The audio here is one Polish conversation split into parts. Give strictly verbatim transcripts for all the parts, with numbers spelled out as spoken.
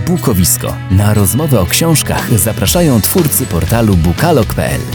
Bukowisko. Na rozmowę o książkach zapraszają twórcy portalu bukalog kropka pe el.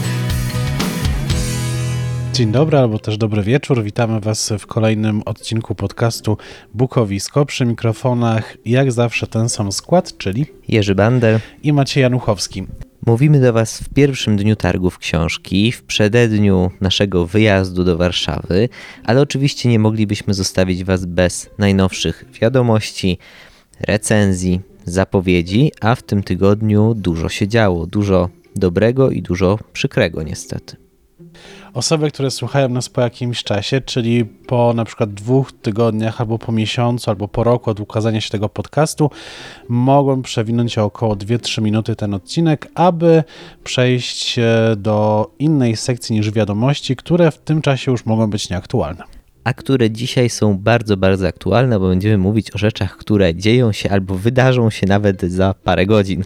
Dzień dobry, albo też dobry wieczór. Witamy Was w kolejnym odcinku podcastu Bukowisko. Przy mikrofonach jak zawsze ten sam skład, czyli Jerzy Bander i Maciej Januchowski. Mówimy do Was w pierwszym dniu targów książki, w przededniu naszego wyjazdu do Warszawy, ale oczywiście nie moglibyśmy zostawić Was bez najnowszych wiadomości, recenzji, zapowiedzi, a w tym tygodniu dużo się działo, dużo dobrego i dużo przykrego niestety. Osoby, które słuchają nas po jakimś czasie, czyli po na przykład dwóch tygodniach, albo po miesiącu, albo po roku od ukazania się tego podcastu, mogą przewinąć o około dwie trzy minuty ten odcinek, aby przejść do innej sekcji niż wiadomości, które w tym czasie już mogą być nieaktualne. A które dzisiaj są bardzo, bardzo aktualne, bo będziemy mówić o rzeczach, które dzieją się albo wydarzą się nawet za parę godzin.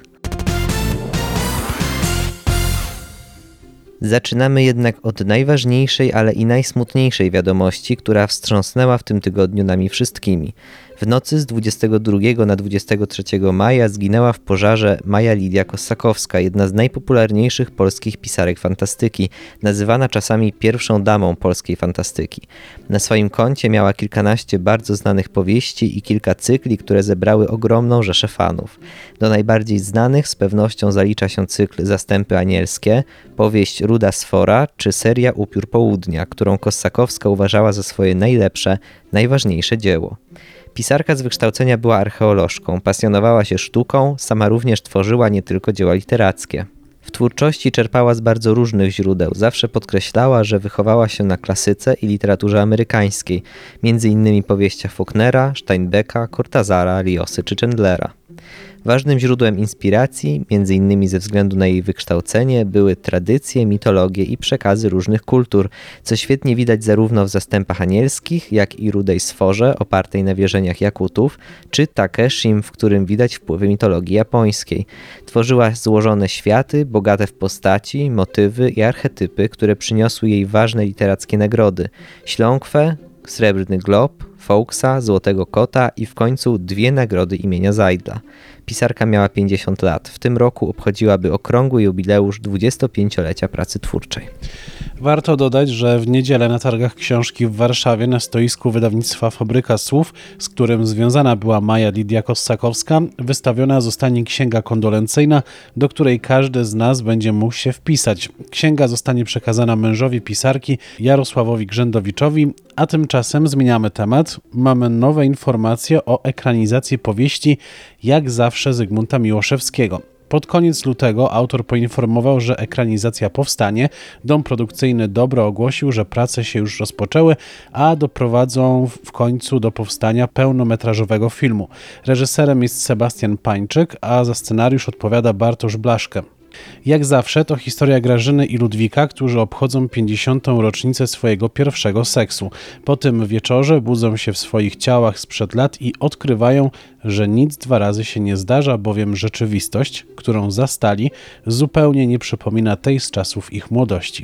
Zaczynamy jednak od najważniejszej, ale i najsmutniejszej wiadomości, która wstrząsnęła w tym tygodniu nami wszystkimi. W nocy z dwudziestego drugiego na dwudziestego trzeciego maja zginęła w pożarze Maja Lidia Kossakowska, jedna z najpopularniejszych polskich pisarek fantastyki, nazywana czasami pierwszą damą polskiej fantastyki. Na swoim koncie miała kilkanaście bardzo znanych powieści i kilka cykli, które zebrały ogromną rzeszę fanów. Do najbardziej znanych z pewnością zalicza się cykl Zastępy anielskie, powieść Ruda Sfora czy seria Upiór Południa, którą Kossakowska uważała za swoje najlepsze, najważniejsze dzieło. Pisarka z wykształcenia była archeolożką, pasjonowała się sztuką, sama również tworzyła nie tylko dzieła literackie. W twórczości czerpała z bardzo różnych źródeł, zawsze podkreślała, że wychowała się na klasyce i literaturze amerykańskiej, między innymi powieściach Faulknera, Steinbecka, Cortazara, Riosy czy Chandlera. Ważnym źródłem inspiracji, między innymi ze względu na jej wykształcenie, były tradycje, mitologie i przekazy różnych kultur, co świetnie widać zarówno w Zastępach anielskich, jak i Rudej Sforze, opartej na wierzeniach Jakutów, czy Takeshim, w którym widać wpływy mitologii japońskiej. Tworzyła złożone światy, bogate w postaci, motywy i archetypy, które przyniosły jej ważne literackie nagrody. Śląkwę, Srebrny Glob, Fawkesa, Złotego Kota i w końcu dwie nagrody imienia Zajdla. Pisarka miała pięćdziesiąt lat. W tym roku obchodziłaby okrągły jubileusz dwudziestopięciolecia pracy twórczej. Warto dodać, że w niedzielę na targach książki w Warszawie na stoisku wydawnictwa Fabryka Słów, z którym związana była Maja Lidia Kossakowska, wystawiona zostanie księga kondolencyjna, do której każdy z nas będzie mógł się wpisać. Księga zostanie przekazana mężowi pisarki Jarosławowi Grzędowiczowi, a tymczasem zmieniamy temat. Mamy nowe informacje o ekranizacji powieści Jak zawsze Zygmunta Miłoszewskiego. Pod koniec lutego autor poinformował, że ekranizacja powstanie. Dom produkcyjny Dobro ogłosił, że prace się już rozpoczęły, a doprowadzą w końcu do powstania pełnometrażowego filmu. Reżyserem jest Sebastian Pańczyk, a za scenariusz odpowiada Bartosz Blaszkę. Jak zawsze to historia Grażyny i Ludwika, którzy obchodzą pięćdziesiątą rocznicę swojego pierwszego seksu. Po tym wieczorze budzą się w swoich ciałach sprzed lat i odkrywają, że nic dwa razy się nie zdarza, bowiem rzeczywistość, którą zastali, zupełnie nie przypomina tej z czasów ich młodości.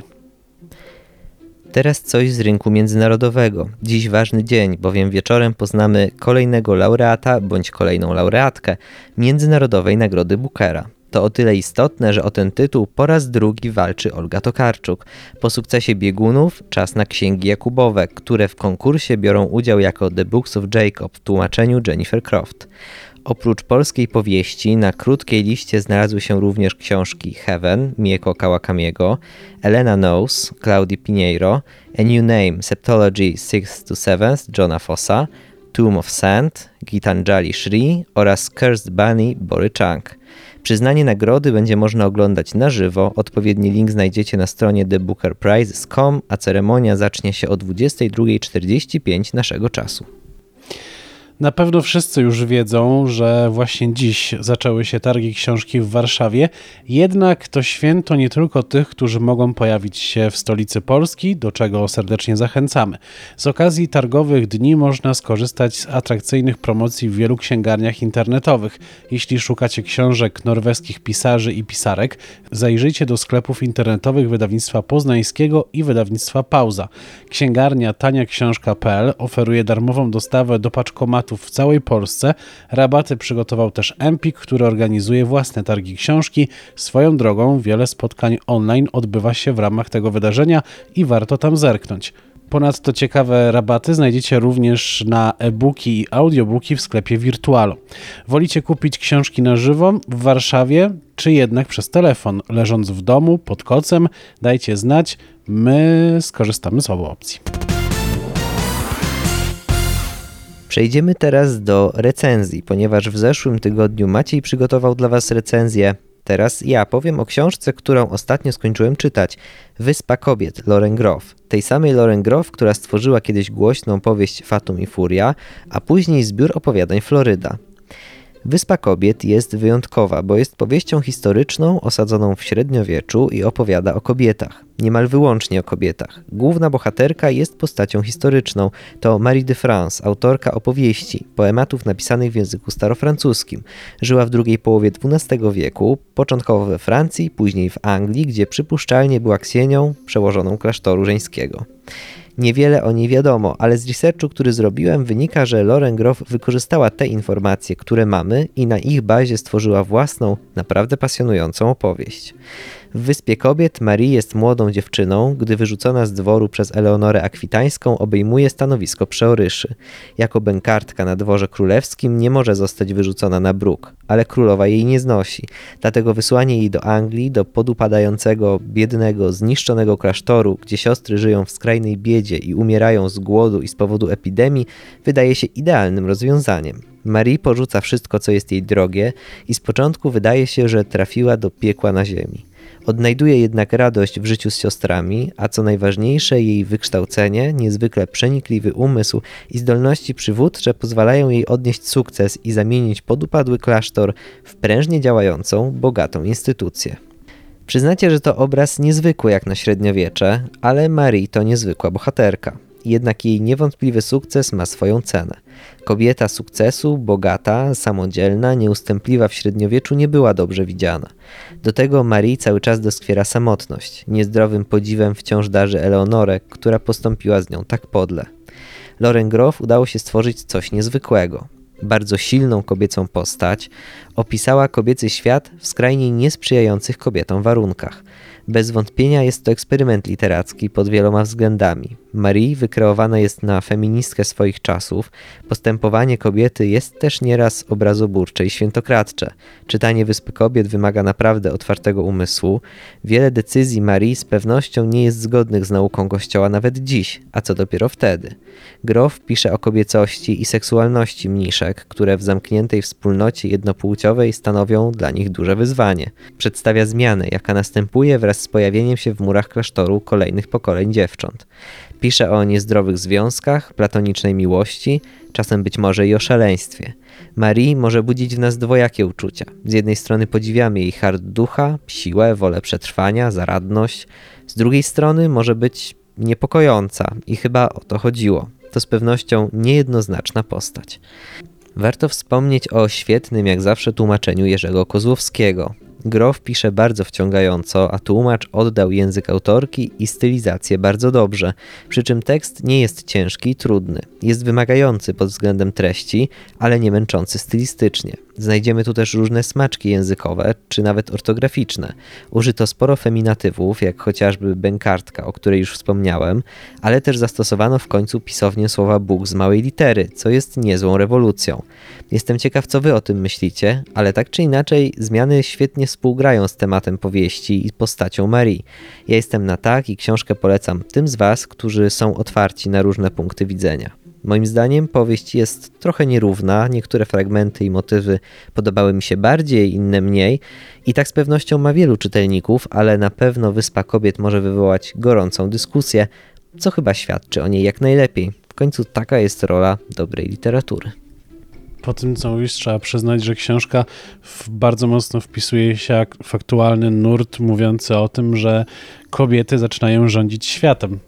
Teraz coś z rynku międzynarodowego. Dziś ważny dzień, bowiem wieczorem poznamy kolejnego laureata bądź kolejną laureatkę Międzynarodowej Nagrody Bookera. To o tyle istotne, że o ten tytuł po raz drugi walczy Olga Tokarczuk. Po sukcesie Biegunów czas na księgi Jakubowe, które w konkursie biorą udział jako The Books of Jacob w tłumaczeniu Jennifer Croft. Oprócz polskiej powieści na krótkiej liście znalazły się również książki Heaven Mieko Kawakamiego, Elena Knows Claudii Pinheiro, A New Name Septology sixth to seventh Johna Fossa, Tomb of Sand Gitanjali Shri oraz Cursed Bunny Bory Chang. Przyznanie nagrody będzie można oglądać na żywo. Odpowiedni link znajdziecie na stronie the booker prize kropka com, a ceremonia zacznie się o dwudziestej drugiej czterdzieści pięć naszego czasu. Na pewno wszyscy już wiedzą, że właśnie dziś zaczęły się targi książki w Warszawie, jednak to święto nie tylko tych, którzy mogą pojawić się w stolicy Polski, do czego serdecznie zachęcamy. Z okazji targowych dni można skorzystać z atrakcyjnych promocji w wielu księgarniach internetowych. Jeśli szukacie książek norweskich pisarzy i pisarek, zajrzyjcie do sklepów internetowych wydawnictwa poznańskiego i wydawnictwa Pauza. Księgarnia tania książka kropka pe el oferuje darmową dostawę do paczkomatu rabatów w całej Polsce. Rabaty przygotował też Empik, który organizuje własne targi książki. Swoją drogą wiele spotkań online odbywa się w ramach tego wydarzenia i warto tam zerknąć. Ponadto ciekawe rabaty znajdziecie również na e-booki i audiobooki w sklepie Virtualo. Wolicie kupić książki na żywo w Warszawie, czy jednak przez telefon? Leżąc w domu, pod kocem, dajcie znać, my skorzystamy z obu opcji. Przejdziemy teraz do recenzji, ponieważ w zeszłym tygodniu Maciej przygotował dla Was recenzję. Teraz ja powiem o książce, którą ostatnio skończyłem czytać. Wyspa kobiet Lauren Groff. Tej samej Lauren Groff, która stworzyła kiedyś głośną powieść Fatum i Furia, a później zbiór opowiadań Floryda. Wyspa kobiet jest wyjątkowa, bo jest powieścią historyczną osadzoną w średniowieczu i opowiada o kobietach. Niemal wyłącznie o kobietach. Główna bohaterka jest postacią historyczną. To Marie de France, autorka opowieści, poematów napisanych w języku starofrancuskim. Żyła w drugiej połowie dwunastego wieku, początkowo we Francji, później w Anglii, gdzie przypuszczalnie była księcią przełożoną klasztoru żeńskiego. Niewiele o niej wiadomo, ale z researchu, który zrobiłem, wynika, że Lauren Groff wykorzystała te informacje, które mamy i na ich bazie stworzyła własną, naprawdę pasjonującą opowieść. W Wyspie Kobiet Marie jest młodą dziewczyną, gdy wyrzucona z dworu przez Eleonorę Akwitańską obejmuje stanowisko przeoryszy. Jako bękartka na dworze królewskim nie może zostać wyrzucona na bruk, ale królowa jej nie znosi. Dlatego wysłanie jej do Anglii, do podupadającego, biednego, zniszczonego klasztoru, gdzie siostry żyją w skrajnej biedzie i umierają z głodu i z powodu epidemii, wydaje się idealnym rozwiązaniem. Marie porzuca wszystko, co jest jej drogie i z początku wydaje się, że trafiła do piekła na ziemi. Odnajduje jednak radość w życiu z siostrami, a co najważniejsze, jej wykształcenie, niezwykle przenikliwy umysł i zdolności przywódcze pozwalają jej odnieść sukces i zamienić podupadły klasztor w prężnie działającą, bogatą instytucję. Przyznacie, że to obraz niezwykły jak na średniowiecze, ale Marie to niezwykła bohaterka. Jednak jej niewątpliwy sukces ma swoją cenę. Kobieta sukcesu, bogata, samodzielna, nieustępliwa w średniowieczu nie była dobrze widziana. Do tego Marie cały czas doskwiera samotność. Niezdrowym podziwem wciąż darzy Eleonorę, która postąpiła z nią tak podle. Lauren Groff udało się stworzyć coś niezwykłego. Bardzo silną kobiecą postać, opisała kobiecy świat w skrajnie niesprzyjających kobietom warunkach. Bez wątpienia jest to eksperyment literacki pod wieloma względami. Marie wykreowana jest na feministkę swoich czasów. Postępowanie kobiety jest też nieraz obrazoburcze i świętokradcze. Czytanie Wyspy Kobiet wymaga naprawdę otwartego umysłu. Wiele decyzji Marie z pewnością nie jest zgodnych z nauką Kościoła nawet dziś, a co dopiero wtedy. Groff pisze o kobiecości i seksualności mniszek, które w zamkniętej wspólnocie jednopłciowej stanowią dla nich duże wyzwanie. Przedstawia zmianę, jaka następuje wraz z pojawieniem się w murach klasztoru kolejnych pokoleń dziewcząt. Pisze o niezdrowych związkach, platonicznej miłości, czasem być może i o szaleństwie. Marie może budzić w nas dwojakie uczucia. Z jednej strony podziwiamy jej hart ducha, siłę, wolę przetrwania, zaradność. Z drugiej strony może być niepokojąca i chyba o to chodziło. To z pewnością niejednoznaczna postać. Warto wspomnieć o świetnym jak zawsze tłumaczeniu Jerzego Kozłowskiego. Groff pisze bardzo wciągająco, a tłumacz oddał język autorki i stylizację bardzo dobrze, przy czym tekst nie jest ciężki i trudny. Jest wymagający pod względem treści, ale nie męczący stylistycznie. Znajdziemy tu też różne smaczki językowe, czy nawet ortograficzne. Użyto sporo feminatywów, jak chociażby bękartka, o której już wspomniałem, ale też zastosowano w końcu pisownię słowa Bóg z małej litery, co jest niezłą rewolucją. Jestem ciekaw, co wy o tym myślicie, ale tak czy inaczej zmiany świetnie współgrają z tematem powieści i postacią Marie. Ja jestem na tak i książkę polecam tym z was, którzy są otwarci na różne punkty widzenia. Moim zdaniem powieść jest trochę nierówna, niektóre fragmenty i motywy podobały mi się bardziej, inne mniej i tak z pewnością ma wielu czytelników, ale na pewno Wyspa Kobiet może wywołać gorącą dyskusję, co chyba świadczy o niej jak najlepiej. W końcu taka jest rola dobrej literatury. Po tym, co mówisz, trzeba przyznać, że książka w bardzo mocno wpisuje się w aktualny nurt mówiący o tym, że kobiety zaczynają rządzić światem.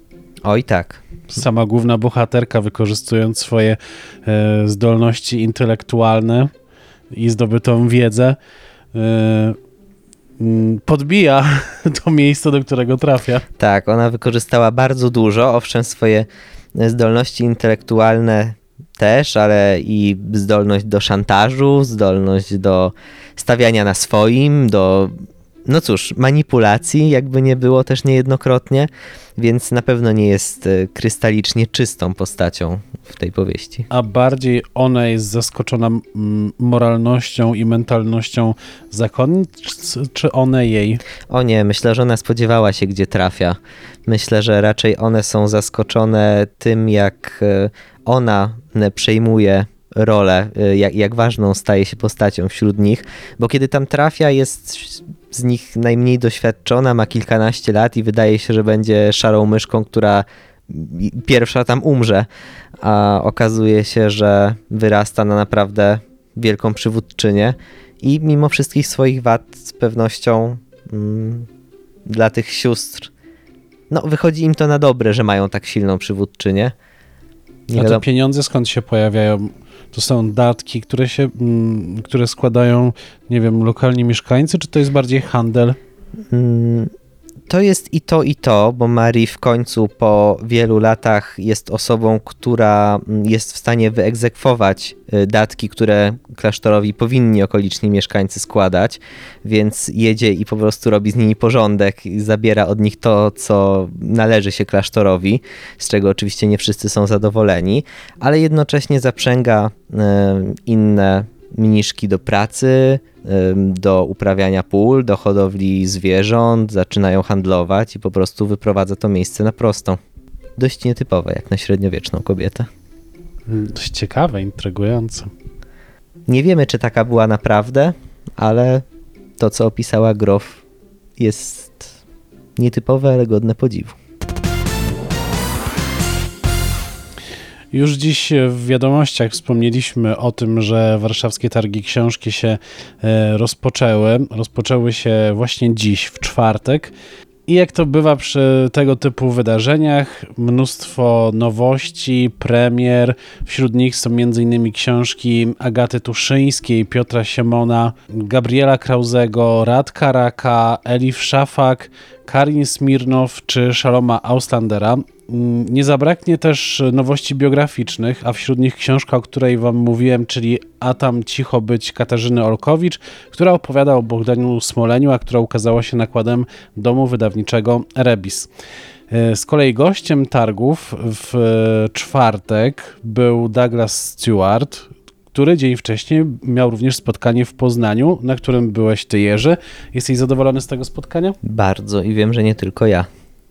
Oj tak. Sama główna bohaterka, wykorzystując swoje e, zdolności intelektualne i zdobytą wiedzę, e, podbija to miejsce, do którego trafia. Tak, ona wykorzystała bardzo dużo, owszem swoje zdolności intelektualne też, ale i zdolność do szantażu, zdolność do stawiania na swoim, do, no cóż, manipulacji, jakby nie było też niejednokrotnie, więc na pewno nie jest krystalicznie czystą postacią w tej powieści. A bardziej ona jest zaskoczona mm, moralnością i mentalnością zakonnic, czy one jej? O nie, myślę, że ona spodziewała się, gdzie trafia. Myślę, że raczej one są zaskoczone tym, jak ona przejmuje rolę, jak, jak ważną staje się postacią wśród nich, bo kiedy tam trafia, jest z nich najmniej doświadczona, ma kilkanaście lat i wydaje się, że będzie szarą myszką, która pierwsza tam umrze, a okazuje się, że wyrasta na naprawdę wielką przywódczynię i mimo wszystkich swoich wad z pewnością mm, dla tych sióstr, no wychodzi im to na dobre, że mają tak silną przywódczynię. Nie A te wiadomo... pieniądze skąd się pojawiają? To są datki, które się, mm, które składają, nie wiem, lokalni mieszkańcy, czy to jest bardziej handel? Mm, to jest i to, i to, bo Marie w końcu po wielu latach jest osobą, która jest w stanie wyegzekwować datki, które klasztorowi powinni okoliczni mieszkańcy składać, więc jedzie i po prostu robi z nimi porządek i zabiera od nich to, co należy się klasztorowi, z czego oczywiście nie wszyscy są zadowoleni, ale jednocześnie zaprzęga inne mniszki do pracy, do uprawiania pól, do hodowli zwierząt, zaczynają handlować i po prostu wyprowadza to miejsce na prostą. Dość nietypowe jak na średniowieczną kobietę. Dość ciekawe, intrygujące. Nie wiemy, czy taka była naprawdę, ale to, co opisała Grof, jest nietypowe, ale godne podziwu. Już dziś w wiadomościach wspomnieliśmy o tym, że warszawskie targi książki się rozpoczęły. Rozpoczęły się właśnie dziś, w czwartek. I jak to bywa przy tego typu wydarzeniach, mnóstwo nowości, premier. Wśród nich są między innymi książki Agaty Tuszyńskiej, Piotra Siemona, Gabriela Krauzego, Radka Raka, Elif Szafak, Karin Smirnow czy Szaloma Auslandera. Nie zabraknie też nowości biograficznych, a wśród nich książka, o której wam mówiłem, czyli A tam cicho być Katarzyny Olkowicz, która opowiada o Bogdaniu Smoleniu, a która ukazała się nakładem domu wydawniczego Rebis. Z kolei gościem targów w czwartek był Douglas Stewart, który dzień wcześniej miał również spotkanie w Poznaniu, na którym byłeś ty, Jerzy. Jesteś zadowolony z tego spotkania? Bardzo i wiem, że nie tylko ja.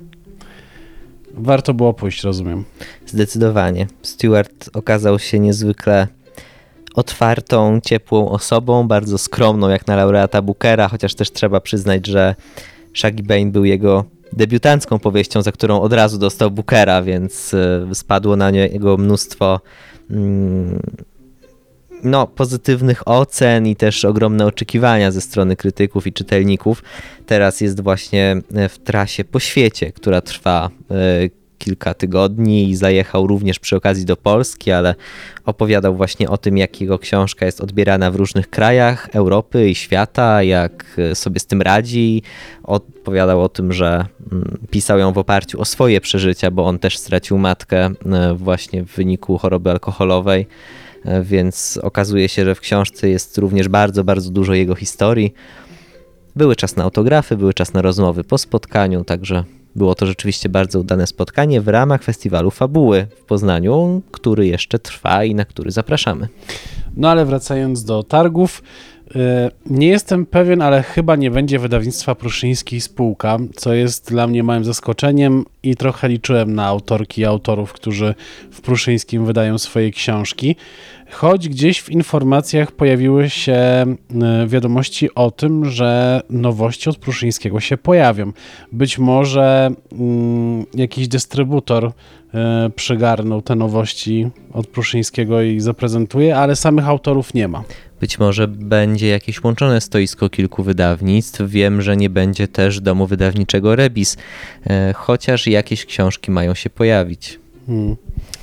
Warto było pójść, rozumiem. Zdecydowanie. Stewart okazał się niezwykle otwartą, ciepłą osobą, bardzo skromną jak na laureata Bookera, chociaż też trzeba przyznać, że Shaggy Bane był jego debiutancką powieścią, za którą od razu dostał Bookera, więc spadło na niego mnóstwo mm, no, pozytywnych ocen i też ogromne oczekiwania ze strony krytyków i czytelników. Teraz jest właśnie w trasie po świecie, która trwa y, kilka tygodni i zajechał również przy okazji do Polski, ale opowiadał właśnie o tym, jak jego książka jest odbierana w różnych krajach Europy i świata, jak sobie z tym radzi. Opowiadał o tym, że pisał ją w oparciu o swoje przeżycia, bo on też stracił matkę właśnie w wyniku choroby alkoholowej, więc okazuje się, że w książce jest również bardzo, bardzo dużo jego historii. Były czas na autografy, były czas na rozmowy po spotkaniu, także było to rzeczywiście bardzo udane spotkanie w ramach festiwalu Fabuły w Poznaniu, który jeszcze trwa i na który zapraszamy. No ale wracając do targów, nie jestem pewien, ale chyba nie będzie wydawnictwa Pruszyńskiej Spółka, co jest dla mnie małym zaskoczeniem i trochę liczyłem na autorki i autorów, którzy w Pruszyńskim wydają swoje książki. Choć gdzieś w informacjach pojawiły się wiadomości o tym, że nowości od Pruszyńskiego się pojawią. Być może mm, jakiś dystrybutor y, przygarnął te nowości od Pruszyńskiego i zaprezentuje, ale samych autorów nie ma. Być może będzie jakieś łączone stoisko kilku wydawnictw. Wiem, że nie będzie też domu wydawniczego Rebis, chociaż jakieś książki mają się pojawić. Hmm.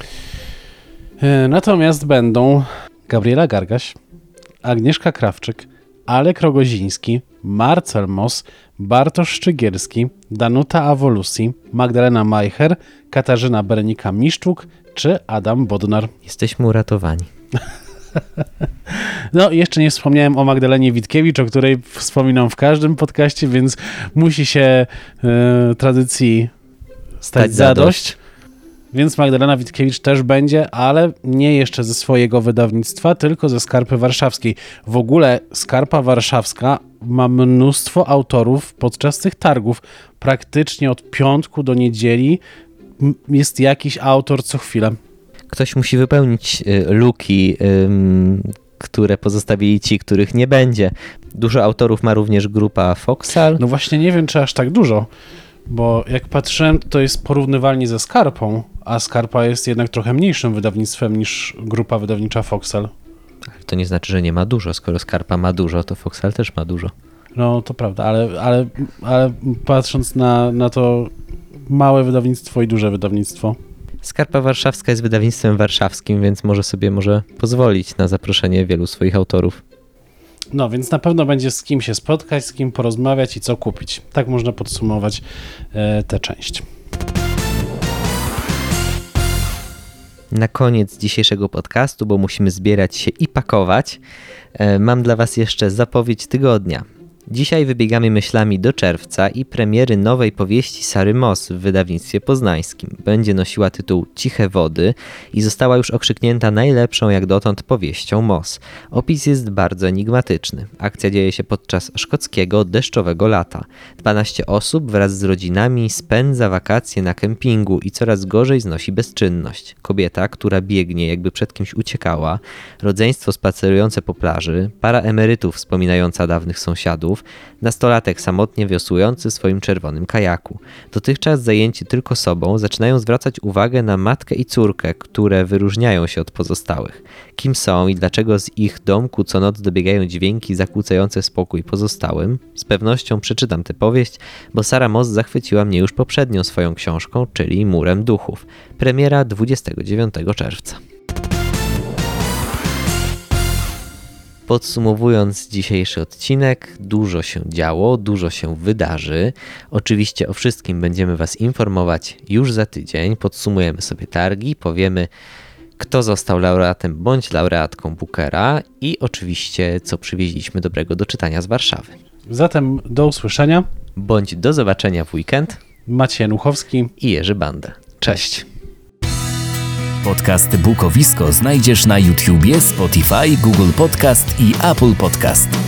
Natomiast będą Gabriela Gargaś, Agnieszka Krawczyk, Alek Rogoziński, Marcel Moss, Bartosz Szczygielski, Danuta Awolusi, Magdalena Majcher, Katarzyna Berenika-Miszczuk, czy Adam Bodnar. Jesteśmy uratowani. No, jeszcze nie wspomniałem o Magdalenie Witkiewicz, o której wspominam w każdym podcaście, więc musi się y, tradycji stać, stać zadość. Więc Magdalena Witkiewicz też będzie, ale nie jeszcze ze swojego wydawnictwa, tylko ze Skarpy Warszawskiej. W ogóle Skarpa Warszawska ma mnóstwo autorów podczas tych targów. Praktycznie od piątku do niedzieli jest jakiś autor co chwilę. Ktoś musi wypełnić y, luki, y, które pozostawili ci, których nie będzie. Dużo autorów ma również grupa Foxal. No właśnie nie wiem, czy aż tak dużo, bo jak patrzyłem, to jest porównywalnie ze Skarpą, a Skarpa jest jednak trochę mniejszym wydawnictwem niż grupa wydawnicza Foxal. To nie znaczy, że nie ma dużo. Skoro Skarpa ma dużo, to Foxal też ma dużo. No to prawda, ale, ale, ale patrząc na, na to małe wydawnictwo i duże wydawnictwo. Skarpa Warszawska jest wydawnictwem warszawskim, więc może sobie może pozwolić na zaproszenie wielu swoich autorów. No, więc na pewno będzie z kim się spotkać, z kim porozmawiać i co kupić. Tak można podsumować e, tę część. Na koniec dzisiejszego podcastu, bo musimy zbierać się i pakować, e, mam dla Was jeszcze zapowiedź tygodnia. Dzisiaj wybiegamy myślami do czerwca i premiery nowej powieści Sary Moss w wydawnictwie poznańskim. Będzie nosiła tytuł Ciche Wody i została już okrzyknięta najlepszą jak dotąd powieścią Moss. Opis jest bardzo enigmatyczny. Akcja dzieje się podczas szkockiego deszczowego lata. dwanaście osób wraz z rodzinami spędza wakacje na kempingu i coraz gorzej znosi bezczynność. Kobieta, która biegnie, jakby przed kimś uciekała, rodzeństwo spacerujące po plaży, para emerytów wspominająca dawnych sąsiadów, nastolatek samotnie wiosłujący w swoim czerwonym kajaku. Dotychczas zajęci tylko sobą zaczynają zwracać uwagę na matkę i córkę, które wyróżniają się od pozostałych. Kim są i dlaczego z ich domku co noc dobiegają dźwięki zakłócające spokój pozostałym? Z pewnością przeczytam tę powieść, bo Sara Moss zachwyciła mnie już poprzednią swoją książką, czyli Murem Duchów. Premiera dwudziestego dziewiątego czerwca. Podsumowując dzisiejszy odcinek, dużo się działo, dużo się wydarzy. Oczywiście o wszystkim będziemy Was informować już za tydzień. Podsumujemy sobie targi, powiemy, kto został laureatem bądź laureatką Bookera i oczywiście, co przywieźliśmy dobrego do czytania z Warszawy. Zatem do usłyszenia. Bądź do zobaczenia w weekend. Maciej Januchowski i Jerzy Bandę. Cześć. Podcast Bukowisko znajdziesz na YouTubie, Spotify, Google Podcast i Apple Podcast.